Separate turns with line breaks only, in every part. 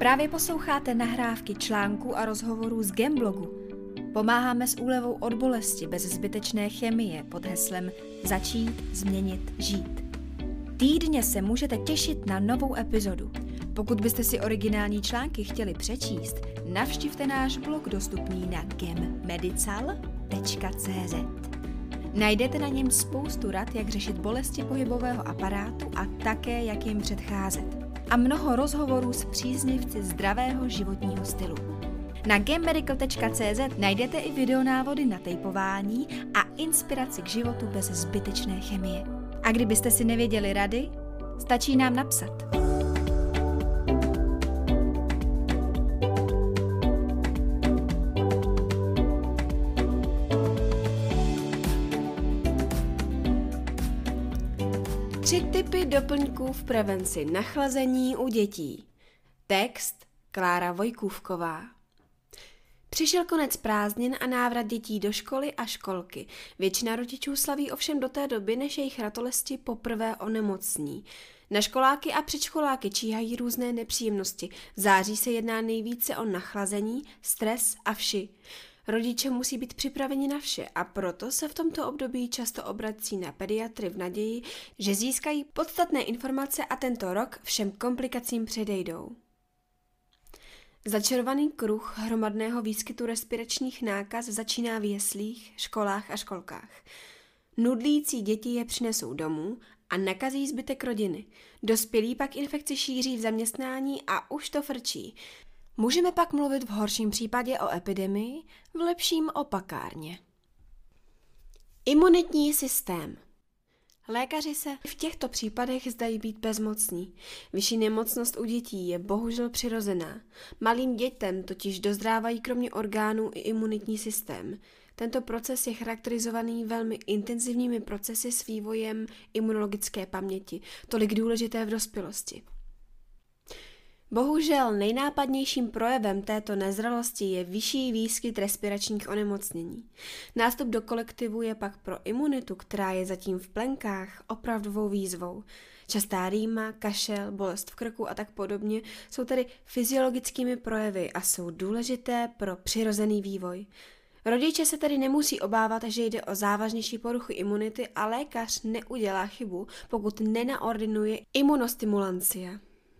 Právě posloucháte nahrávky článků a rozhovorů z Gemblogu. Pomáháme s úlevou od bolesti bez zbytečné chemie pod heslem Začít, změnit, žít. Týdně se můžete těšit na novou epizodu. Pokud byste si originální články chtěli přečíst, navštivte náš blog dostupný na gemmedical.cz. Najdete na něm spoustu rad, jak řešit bolesti pohybového aparátu a také, jak jim předcházet. A mnoho rozhovorů s příznivci zdravého životního stylu. Na gemmedical.cz najdete i videonávody na tejpování a inspiraci k životu bez zbytečné chemie. A kdybyste si nevěděli rady, stačí nám napsat. Tři typy doplňků v prevenci nachlazení u dětí. Text Klára Vojkůvková. Přišel konec prázdnin a návrat dětí do školy a školky. Většina rodičů slaví ovšem do té doby, než jejich ratolesti poprvé onemocní. Na školáky a předškoláky číhají různé nepříjemnosti. V září se jedná nejvíce o nachlazení, stres a vši. Rodiče musí být připraveni na vše a proto se v tomto období často obrací na pediatry v naději, že získají podstatné informace a tento rok všem komplikacím předejdou. Začarovaný kruh hromadného výskytu respiračních nákaz začíná v jeslích, školách a školkách. Nudlící děti je přinesou domů a nakazí zbytek rodiny. Dospělí pak infekci šíří v zaměstnání a už to frčí. Můžeme pak mluvit v horším případě o epidemii, v lepším o pakárně. Imunitní systém. Lékaři se v těchto případech zdají být bezmocní. Vyšší nemocnost u dětí je bohužel přirozená. Malým dětem totiž dozrávají kromě orgánů i imunitní systém. Tento proces je charakterizovaný velmi intenzivními procesy s vývojem imunologické paměti, tolik důležité v dospělosti. Bohužel nejnápadnějším projevem této nezralosti je vyšší výskyt respiračních onemocnění. Nástup do kolektivu je pak pro imunitu, která je zatím v plenkách, opravdovou výzvou. Častá rýma, kašel, bolest v krku a tak podobně jsou tedy fyziologickými projevy a jsou důležité pro přirozený vývoj. Rodiče se tedy nemusí obávat, že jde o závažnější poruchu imunity a lékař neudělá chybu, pokud nenaordinuje imunostimulancie.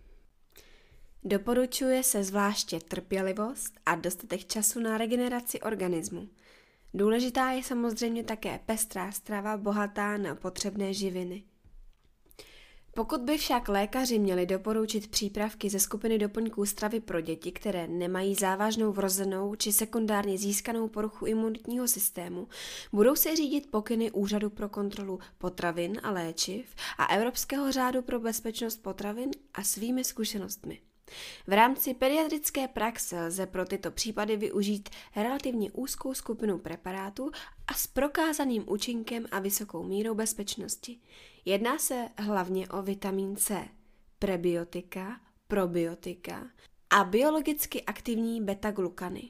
Doporučuje se zvláště trpělivost a dostatek času na regeneraci organismu. Důležitá je samozřejmě také pestrá strava bohatá na potřebné živiny. Pokud by však lékaři měli doporučit přípravky ze skupiny doplňků stravy pro děti, které nemají závažnou vrozenou či sekundárně získanou poruchu imunitního systému, budou se řídit pokyny Úřadu pro kontrolu potravin a léčiv a Evropského řádu pro bezpečnost potravin a svými zkušenostmi. V rámci pediatrické praxe lze pro tyto případy využít relativně úzkou skupinu preparátů a s prokázaným účinkem a vysokou mírou bezpečnosti. Jedná se hlavně o vitamin C, prebiotika, probiotika a biologicky aktivní beta-glukany.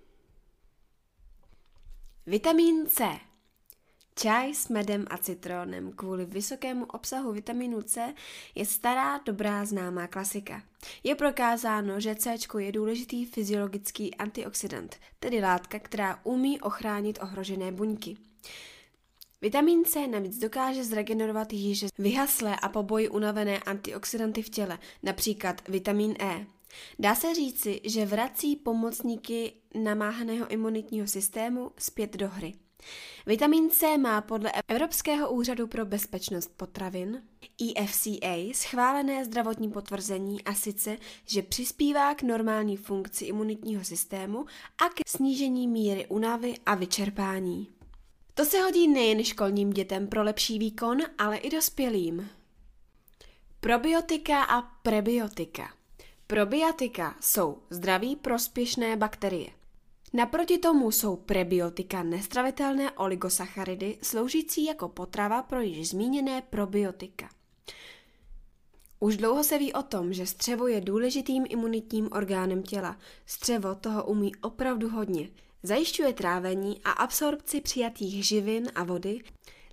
Vitamin C. Čaj s medem a citronem kvůli vysokému obsahu vitaminu C je stará dobrá známá klasika. Je prokázáno, že C je důležitý fyziologický antioxidant, tedy látka, která umí ochránit ohrožené buňky. Vitamin C navíc dokáže zregenerovat již vyhaslé a po boji unavené antioxidanty v těle, například vitamin E. Dá se říci, že vrací pomocníky namáhaného imunitního systému zpět do hry. Vitamin C má podle Evropského úřadu pro bezpečnost potravin EFSA schválené zdravotní potvrzení a sice, že přispívá k normální funkci imunitního systému a k snížení míry únavy a vyčerpání. To se hodí nejen školním dětem pro lepší výkon, ale i dospělým. Probiotika a prebiotika. Probiotika jsou zdraví prospěšné bakterie. Naproti tomu jsou prebiotika nestravitelné oligosacharidy sloužící jako potrava pro již zmíněné probiotika. Už dlouho se ví o tom, že střevo je důležitým imunitním orgánem těla. Střevo toho umí opravdu hodně. Zajišťuje trávení a absorpci přijatých živin a vody,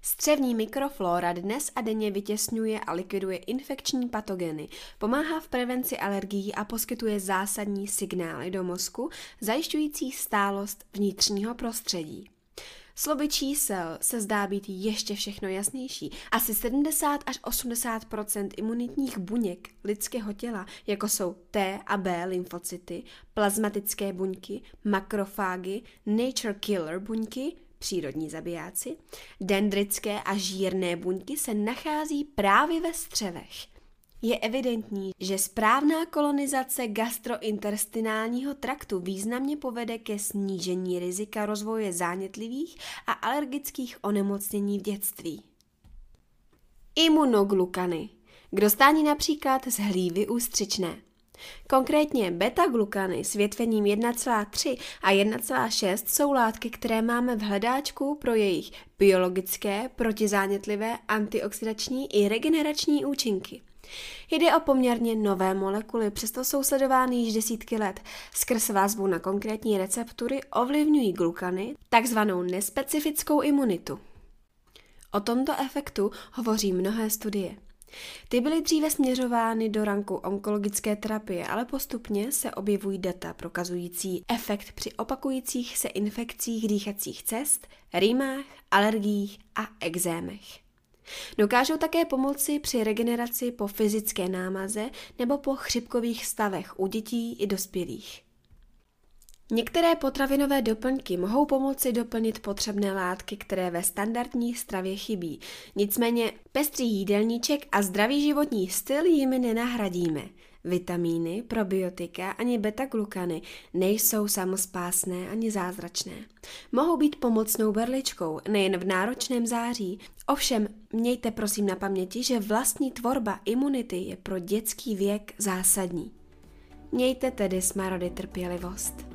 Střevní mikroflora dnes a denně vytěsňuje a likviduje infekční patogeny, pomáhá v prevenci alergií a poskytuje zásadní signály do mozku, zajišťující stálost vnitřního prostředí. Slovy čísel se zdá být ještě všechno jasnější. Asi 70 až 80% imunitních buněk lidského těla, jako jsou T a B lymfocyty, plazmatické buňky, makrofágy, nature killer buňky, přírodní zabijáci, dendritské a žírné buňky se nachází právě ve střevech. Je evidentní, že správná kolonizace gastrointestinálního traktu významně povede ke snížení rizika rozvoje zánětlivých a alergických onemocnění v dětství. Imunoglukany, k dostání například z hlívy ústřičné. Konkrétně beta-glukany s větvením 1,3 a 1,6 jsou látky, které máme v hledáčku pro jejich biologické, protizánětlivé, antioxidační i regenerační účinky. Jde o poměrně nové molekuly, přesto jsou sledovány již desítky let. Skrz vazbu na konkrétní receptory ovlivňují glukany takzvanou nespecifickou imunitu. O tomto efektu hovoří mnohé studie. Ty byly dříve směřovány do ranku onkologické terapie, ale postupně se objevují data prokazující efekt při opakujících se infekcích dýchacích cest, rýmách, alergiích a ekzémech. Dokážou také pomoci při regeneraci po fyzické námaze nebo po chřipkových stavech u dětí i dospělých. Některé potravinové doplňky mohou pomoci doplnit potřebné látky, které ve standardní stravě chybí. Nicméně pestrý jídelníček a zdravý životní styl jimi nenahradíme. Vitamíny, probiotika ani beta-glukany nejsou samospásné ani zázračné. Mohou být pomocnou berličkou nejen v náročném září, ovšem mějte prosím na paměti, že vlastní tvorba imunity je pro dětský věk zásadní. Mějte tedy smarody trpělivost.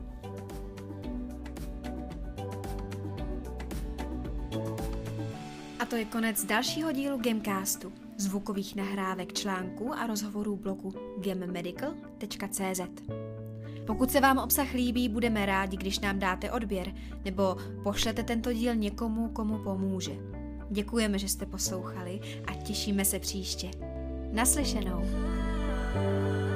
A to je konec dalšího dílu Gamcastu, zvukových nahrávek článků a rozhovorů blogu gammedical.cz. Pokud se vám obsah líbí, budeme rádi, když nám dáte odběr nebo pošlete tento díl někomu, komu pomůže. Děkujeme, že jste poslouchali a těšíme se příště. Naslyšenou.